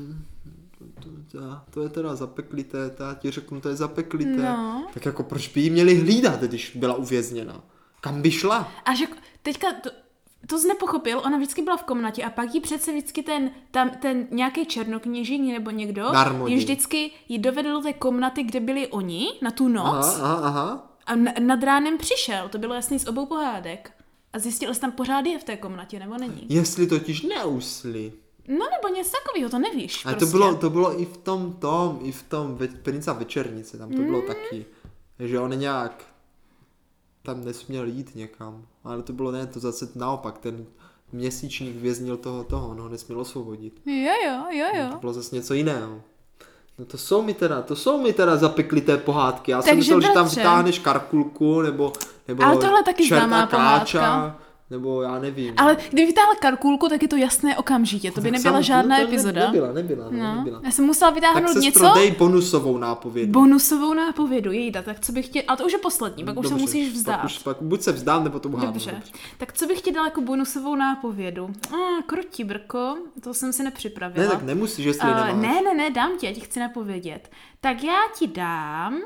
To je teda zapeklité, já ti řeknu, to je zapeklité. No. Tak jako proč by jí měli hlídat, když byla uvězněna? Kam by šla? A že teďka to jsi nepochopil, ona vždycky byla v komnatě a pak jí přece vždycky ten nějaký černokněží nebo někdo, jí vždycky jí dovedl do té komnaty, kde byli oni na tu noc. Aha. A nad ránem přišel, to bylo jasný z obou pohádek. A zjistil, jestli tam pořád je v té komnatě, nebo není. Jestli totiž neusli. No nebo něco takového, to nevíš. Ale prostě. to bylo i v tom Prince a večernice, tam to bylo taky, že on nějak tam nesměl jít někam, ale to bylo to zase naopak, ten měsíčník věznil toho, on ho nesměl osvobodit. Jo. To bylo zase něco jiného. No to jsou mi teda zapeklité pohádky, já jsem myslel, že tam vytáhneš Karkulku, nebo ale tohle taky známá pohádka. Nebo já nevím. Ale kdyby vytáhla Karkulku, tak je to jasné okamžitě. To by nebyla žádná epizoda. Nebyla. Já jsem musela vytáhnout tak něco. Tak se dej bonusovou nápovědu. Jejda, tak co bych chtěl... Ale to už je poslední, pak už se musíš vzdát. Pak buď se vzdám, nebo to hádám. Dobře. Tak co bych ti dala jako bonusovou nápovědu? Krutí brko, to jsem si nepřipravila. Ne, tak nemusíš, jestli nemáš. Ne, dám ti, já ti chci napovědět. Tak já ti dám...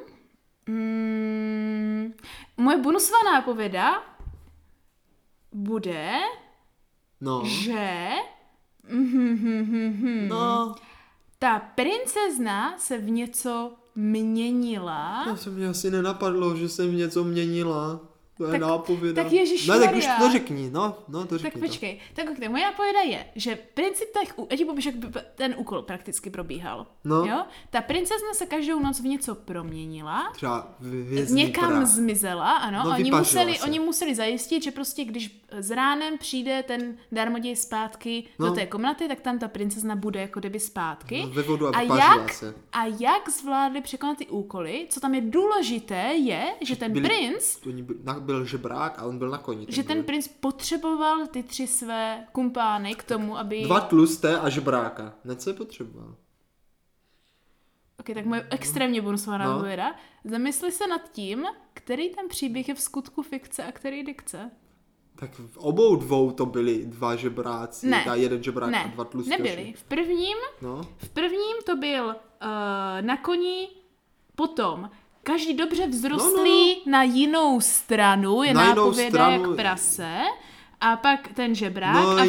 moje bonusová nápověda bude, že ta princezna se v něco měnila. To se mě asi nenapadlo, že jsem něco měnila. To je nápověda. Tak ježišmarja. No, tak už to řekni, to řekni. Tak počkej, tak moje nápověda je, že princip já ti popíšu, jak ten úkol prakticky probíhal. No. Jo? Ta princezna se každou noc v něco proměnila. Třeba někam zmizela, ano. No, oni museli zajistit, že prostě když s ránem přijde ten darmoděj zpátky do té komnaty, tak tam ta princezna bude jako kdyby zpátky. No, ve vodu a vypařila se. A jak zvládli překonat ty úkoly, co tam je důležité je, že ten princ byl žebrák a on byl na koni. Že ten princ potřeboval ty 3 své kumpány k tomu, aby... 2 tlusté a žebráka. Co je potřeboval? Ok, tak moje extrémně bonusová nápověda. Zamysli se nad tím, který ten příběh je v skutku fikce a který dikce. Tak v obou dvou to byli 2 žebráci. Ne. A 1 žebrák a 2 tlusté. tlustěši. Nebyli. V prvním to byl na koni, potom každý dobře vzrostlý na jinou stranu, je nápověda jak prase, a pak ten žebrák a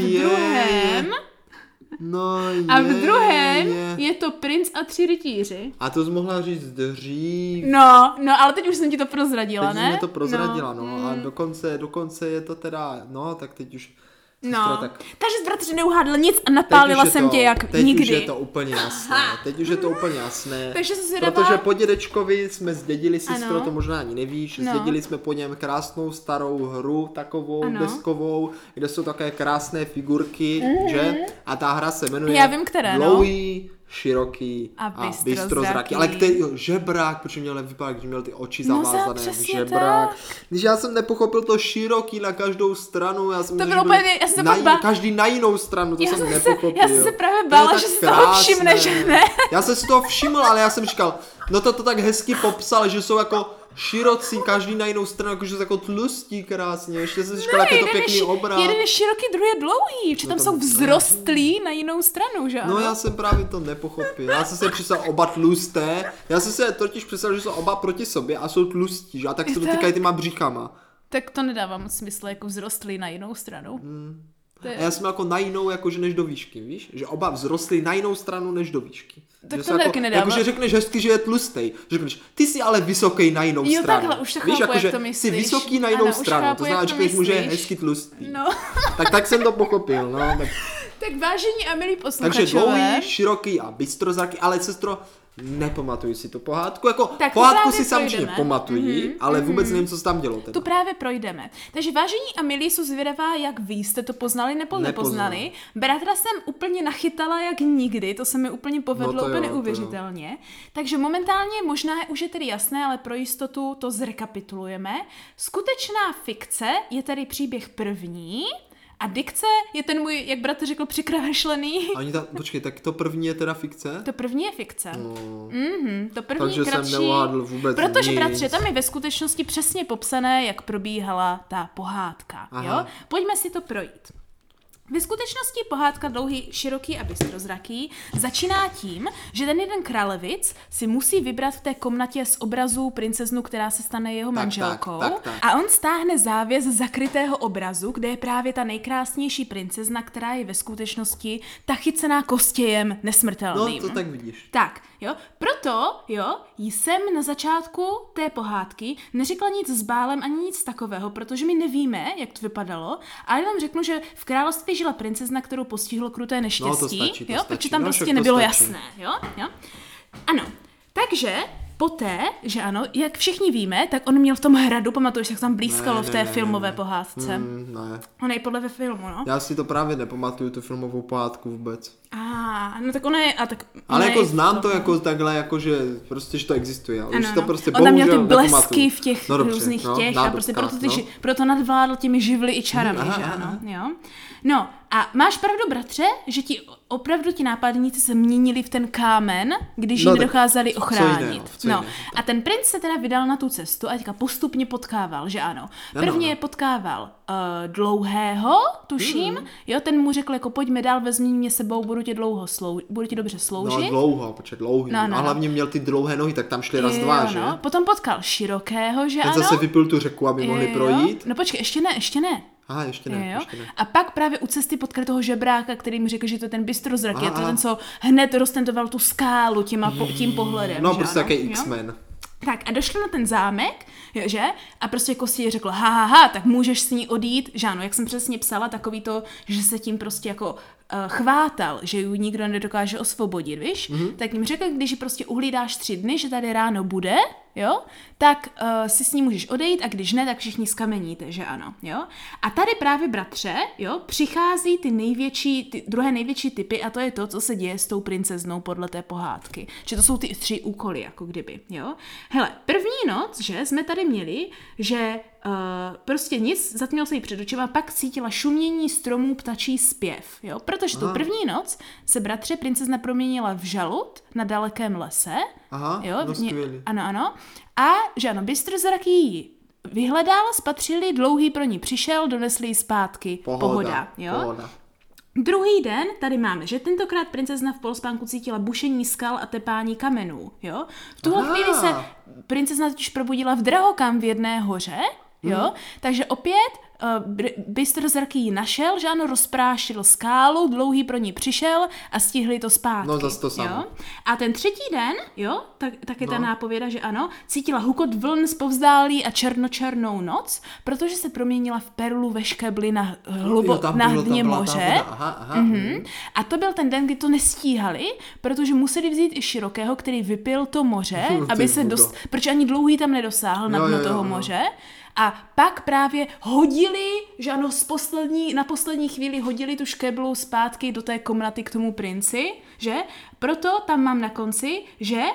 v druhém je to princ a 3 rytíři. A to jsi mohla říct dřív. No, ale teď už jsem ti to prozradila, ne? Teď jsi to prozradila, a dokonce je to teda, tak teď už... Takže jsi bratře neuhádl nic a napálila jsem tě jak nikdy. Teď už je to úplně jasné. Takže se protože po dědečkovi jsme zdědili, sestro, to možná ani nevíš, zdědili jsme po něm krásnou starou hru, takovou deskovou, kde jsou také krásné figurky, že? A ta hra se jmenuje Já vím, které, Dlouhý, široký a bystrozraký. Ale který žebrák, protože vypadá, když měl ty oči zavázané, žebrák. Když já jsem nepochopil to široký na každou stranu, já jsem každý na jinou stranu, to jsem nepochopil. Já jsem se právě bála, že si toho všimneš, ne? Já jsem si toho všiml, ale já jsem říkal, to tak hezky popsal, že jsou jako širocí, každý na jinou stranu, jakože jsou jako tlustí krásně, ještě jsem si říkal, jak je to pěkný obraz. Jeden je široký, druhý je dlouhý, protože tam jsou vzrostlí na jinou stranu, že ano? No já jsem právě to nepochopil, já jsem se představil oba tlusté, já jsem se totiž představil, že jsou oba proti sobě a jsou tlustí, že? A tak se dotýkají těma břichama. Tak to nedává moc smysl, jako vzrostlí na jinou stranu. A já jsem jako na jinou, jakože než do výšky, víš? Že oba vzrostli na jinou stranu než do výšky. Tak že to taky nedává. Jakože řekneš hezky, že je tlustej. Řekneš, ty jsi ale vysoký na jinou stranu. Takhle, už to chápu, víš, jakože jak to myslíš. Jsi vysoký na jinou stranu, to znamená, že může je hezky tlustý. No. tak jsem to pochopil, Tak vážení a milí posluchačové. Takže dlouhý, široký a bystrozraký, ale sestro, nepamatuju si tu pohádku, jako tak pohádku si samozřejmě pamatuji, ale vůbec nevím, co se tam dělo. Tu právě projdeme. Takže vážení a milí, jsou zvědavá, jak vy jste to poznali nebo nepoznali. Bratra jsem úplně nachytala jak nikdy, to se mi úplně povedlo, úplně neuvěřitelně. Takže momentálně možná už je tedy jasné, ale pro jistotu to zrekapitulujeme. Skutečná fikce je tedy příběh první, a dikce je ten můj, jak bratr řekl, přikrášlený. Počkej, tak to první je teda fikce? To první je fikce. To první takže kratší. Jsem neuhádl vůbec protože, nic. bratře, tam je ve skutečnosti přesně popsané, jak probíhala ta pohádka. Jo? Pojďme si to projít. Ve skutečnosti pohádka Dlouhý, široký a bystrozraký začíná tím, že ten jeden králevic si musí vybrat v té komnatě z obrazů princeznu, která se stane jeho manželkou. Tak. A on stáhne závěs zakrytého obrazu, kde je právě ta nejkrásnější princezna, která je ve skutečnosti tachycená kostějem nesmrtelným. No, to tak vidíš. Tak, jo. Proto, jsem na začátku té pohádky neřekla nic s bálem ani nic takového, protože my nevíme, jak to vypadalo, ale jenom řeknu, že v království žila princezna, kterou postihlo kruté neštěstí. No, to stačí. Protože tam prostě nebylo jasné, jo. Ano, takže poté, že ano, jak všichni víme, tak on měl v tom hradu, pamatuješ, jak tam blízkalo v té filmové pohádce. Ne. On je podle ve filmu, no. Já si to právě nepamatuju, tu filmovou pohádku vůbec. No tak ona je, ale jako znám to jako takhle, jako že prostě, že to existuje, ale už to prostě on tam měl ty blesky nepamatuju. V těch různých těch a prostě proto nadvládl těmi živly i čarami, že ano, jo. No a máš pravdu, bratře, že opravdu ti nápadníci se měnili v ten kámen, když ji nedokázali ochránit. A ten princ se teda vydal na tu cestu a teďka postupně potkával, že ano. Prvně je potkával Dlouhého, tuším, jo, ten mu řekl jako pojďme dál, vezmi mě sebou, budu budu ti dobře sloužit. No dlouhý. No. A hlavně měl ty dlouhé nohy, tak tam šli raz, dva, že? No. Potom potkal Širokého, že ten zase vypil tu řeku, aby mohli projít. No počkej, ještě ne. Aha, ještě ne. A pak právě u cesty potkal toho žebráka, který mi řekl, že to je ten bystrozraký, je to ten, co hned roztentoval tu skálu tím pohledem. No, prostě takový X-Men. Tak a došli na ten zámek, že? A prostě Kosti řekl, tak můžeš s ní odjít, že ano, jak jsem přesně psala, takový to, že se tím prostě jako chvátal, že ji nikdo nedokáže osvobodit, víš? Mm-hmm. Tak jim řekl, když ji prostě uhlídáš 3 dny, že tady ráno bude, jo? Tak si s ní můžeš odejít a když ne, tak všichni skameníte, že ano, jo? A tady právě, bratře, jo, přichází ty druhé největší typy a to je to, co se děje s tou princeznou podle té pohádky. Že to jsou ty 3 úkoly, jako kdyby, jo? Hele, první noc, že jsme tady měli, že prostě nic, zatměl se jí před očima, pak cítila šumění stromů, ptačí zpěv, jo? Protože tu první noc se, bratře, princezna proměnila v žalud na dalekém lese. Aha, jo? No skvělý. Ano. A že ano, bystrozraký ji vyhledal, spatřili, dlouhý pro ní přišel, donesli ji zpátky. Pohoda. Druhý den tady máme, že tentokrát princezna v polospánku cítila bušení skal a tepání kamenů, jo? V tuhle chvíli se princezna totiž probudila v drahokam v jedné hoře, jo? Takže opět bystrozraký ji našel, že ano, rozprášil skálu, dlouhý pro ní přišel a stihli to zpátky. No zase to samo. Jo? A ten třetí den, jo, tak je ta nápověda, že ano, cítila hukot vln zpovzdálí a černočernou noc, protože se proměnila v perlu ve škebli na dně moře. A to byl ten den, kdy to nestíhali, protože museli vzít i Širokého, který vypil to moře, aby se protože ani dlouhý tam nedosáhl na dno toho moře. A pak právě hodili, že ano, na poslední chvíli hodili tu škeblu zpátky do té komnaty k tomu princi, že? Proto tam mám na konci,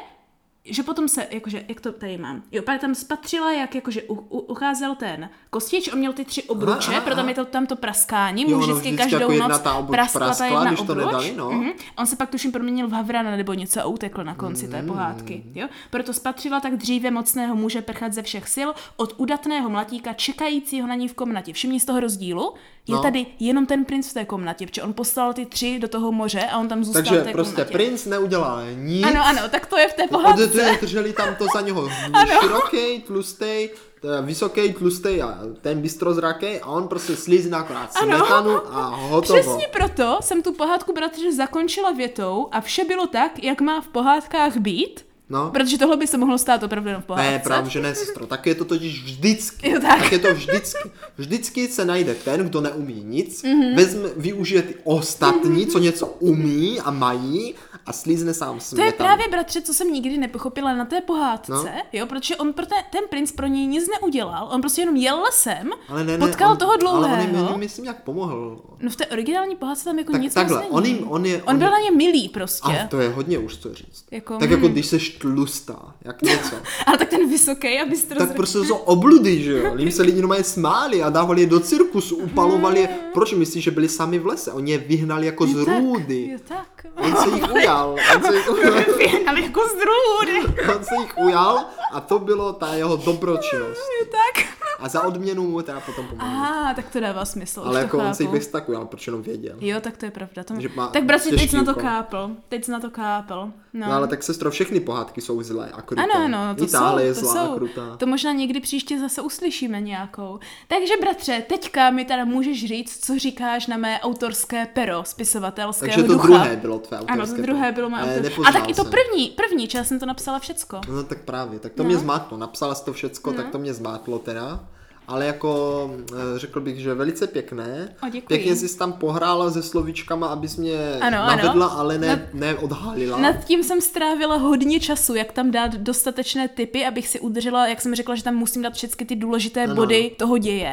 že potom se, jakože, jak to tady mám, jo, pak tam spatřila, jak jakože ucházel ten Kostič, on měl ty 3 obruče, proto tam je tam to praskání, mu vždycky každou jako noc praskla ta jedna obruč. Nedali, no. On se pak tuším proměnil v havrana nebo něco a utekl na konci té pohádky, jo. Proto spatřila tak dříve mocného muže prchat ze všech sil od udatného mlatíka čekajícího na ní v komnatě. Všimni z toho rozdílu, je tady jenom ten princ v té komnatě, protože on poslal ty 3 do toho moře a on tam zůstal v té komnatě. Takže prostě princ neudělal nic. Ano, tak to je v té pohádce. Drželi tam to za něho široký, tlustý, vysoký, tlustý a ten bystrozraký a on prostě slízne akorát smetanu a hotovo. Přesně proto jsem tu pohádku, bratře, zakončila větou a vše bylo tak, jak má v pohádkách být. No. Protože tohle by se mohlo stát opravdu v pohádce. Ne, právě, že ne, sestro. Tak je to totiž vždycky. Jo, tak je to vždycky. Vždycky se najde ten, kdo neumí nic, využije ty ostatní, co něco umí a mají a slízne sám smetanu. To je právě, bratře, co jsem nikdy nepochopila na té pohádce, jo, protože on ten princ pro něj nic neudělal, on prostě jenom jel lesem, potkal toho dlouhého. Ale on myslím, jak pomohl. No v té originální pohádce tam jako nic moc není. On byl na ně milý prostě. A to je hodně už co říct. Tak jako když seš tlustá, jak něco. Ale tak ten vysoký, aby jste tak prostě jsou obludy, že jo. Jim se lidi normálně smáli a dávali je do cirkusu, upalovali je. Proč myslíš, že byli sami v lese? Oni je vyhnali jako z růdy. Jo tak. On se jich ujal. Vyhnali jako z růdy. On se jich ujal a to bylo ta jeho dobročinnost. Jo tak. A za odměnu mu teda potom pomohli. Tak to dává smysl. Ale jako on se jich bez tak ujal, proč jenom věděl. Jo, tak to je pravda. Tak bratři, teď jsi na to kápl. No ale tak sestro, všechny pohádky jsou zlé a kruté. Ano, to Itálie jsou, je zlá a krutá. To možná někdy příště zase uslyšíme nějakou. Takže bratře, teďka mi teda můžeš říct, co říkáš na mé autorské pero spisovatelského ducha. Takže to druhé bylo tvé autorské. Ano, to druhé bylo mé autorské. A tak i to první čas jsem to napsala všecko. No tak právě, tak to mě zmátlo. Napsala jsi to všecko, tak to mě zmátlo teda. Ale jako řekl bych, že velice pěkné. Pěkně jsi tam pohrála se slovíčkama, abys mě navedla, ale neodhalila. Nad tím jsem strávila hodně času, jak tam dát dostatečné tipy, abych si udržela, jak jsem řekla, že tam musím dát všechny ty důležité body toho děje.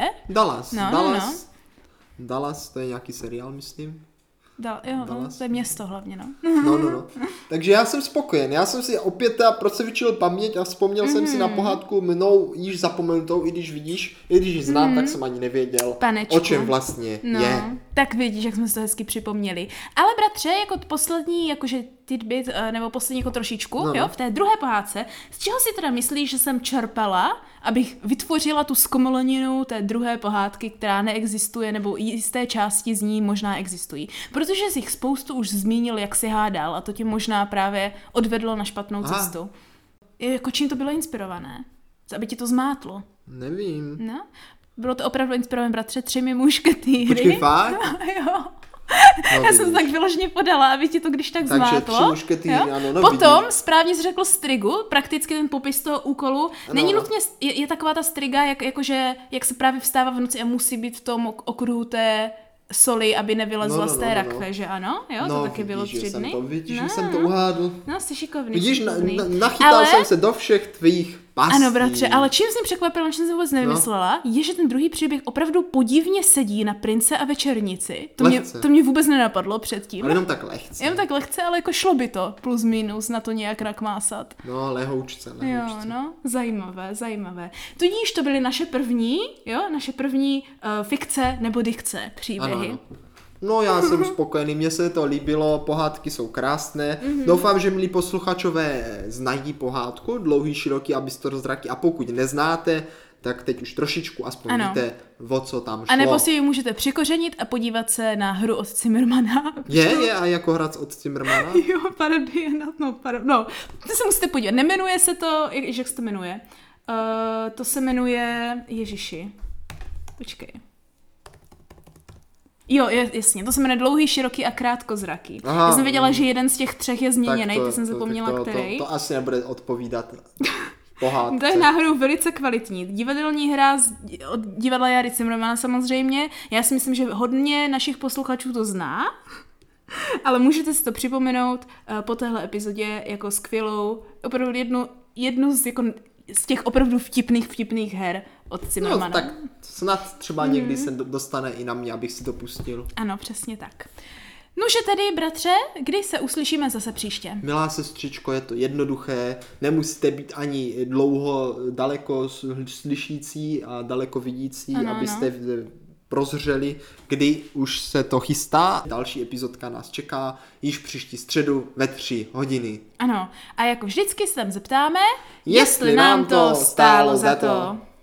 Dallas, to je nějaký seriál, myslím. To je město hlavně, no. No. Takže já jsem spokojen. Já jsem si opět procvičil paměť a vzpomněl jsem si na pohádku mnou již zapomenutou, i když znám, tak jsem ani nevěděl, Panečku. O čem vlastně je. Tak vidíš, jak jsme si to hezky připomněli. Ale bratře, jako poslední, jakože tidbit, nebo poslední jako trošičku, jo, v té druhé pohádce, z čeho si teda myslíš, že jsem čerpala, abych vytvořila tu zkomoleninu té druhé pohádky, která neexistuje, nebo jisté části z ní možná existují. Protože jsi jich spoustu už zmínil, jak si hádal, a to tě možná právě odvedlo na špatnou cestu. Jako čím to bylo inspirované? Aby ti to zmátlo? Nevím. No? Bylo to opravdu inspirované, bratře, 3 mušketýry. Počkej, fakt? Jo. Já jsem to tak vyloženě podala, aby ti to když tak zmátlo. Takže 3 mušketýry, ano. No, potom správně jsi řekl strigu, prakticky ten popis toho úkolu. Není nutně, je taková ta striga, jak se právě vstává v noci a musí být v tom okruhu té soli, aby nevylezla z té rakve, že ano? Jo, to taky bylo 3 dny. Vidíš, že jsem to uhádl. No, jsi šikovný. Vidíš, nachytal jsem se do všech tvých pastí. Ano, bratře, ale čím jsi mě překvapil, čím jsem vůbec nevymyslela, je, že ten druhý příběh opravdu podivně sedí na Prince a večernici. To mě vůbec nenapadlo předtím. Ale jenom tak lehce. Jenom tak lehce, ale jako šlo by to plus minus na to nějak nakmásat. No, lehoučce. Jo, no, zajímavé. Tudíž to byly naše první fikce nebo dikce příběhy. Ano. No, já jsem spokojený, mně se to líbilo, pohádky jsou krásné. Doufám, že milí posluchačové znají pohádku Dlouhý, široký a bystrozraký, a pokud neznáte, tak teď už trošičku aspoň víte, o co tam šlo. A nebo si ji můžete přikořenit a podívat se na hru od Zimmermana. Je a jako hrat od Zimmermana? Jo, parodie, no, to se musíte podívat. Nemenuje se to, jak se to jmenuje? To se jmenuje, Ježiši, počkej. Jo, jasně, to se jmenuje Dlouhý, široký a krátkozraký. Aha, já jsem věděla, že jeden z těch 3 je změněný, ty jsem zapomněla, který. To asi nebude odpovídat pohádce. To je náhodou velice kvalitní. Divadelní hra od divadla Jary Cimrmana samozřejmě. Já si myslím, že hodně našich posluchačů to zná, ale můžete si to připomenout po téhle epizodě jako skvělou, opravdu jednu z těch opravdu vtipných her od Zimmermana. No, tak snad třeba někdy se dostane i na mě, abych si to pustil. Ano, přesně tak. Nože tedy, bratře, kdy se uslyšíme zase příště? Milá sestřičko, je to jednoduché, nemusíte být ani daleko slyšící a daleko vidící, abyste prozřeli, kdy už se to chystá. Další epizodka nás čeká již příští středu ve 3 hodiny. Ano, a jako vždycky se tam zeptáme, jestli nám to stálo za to.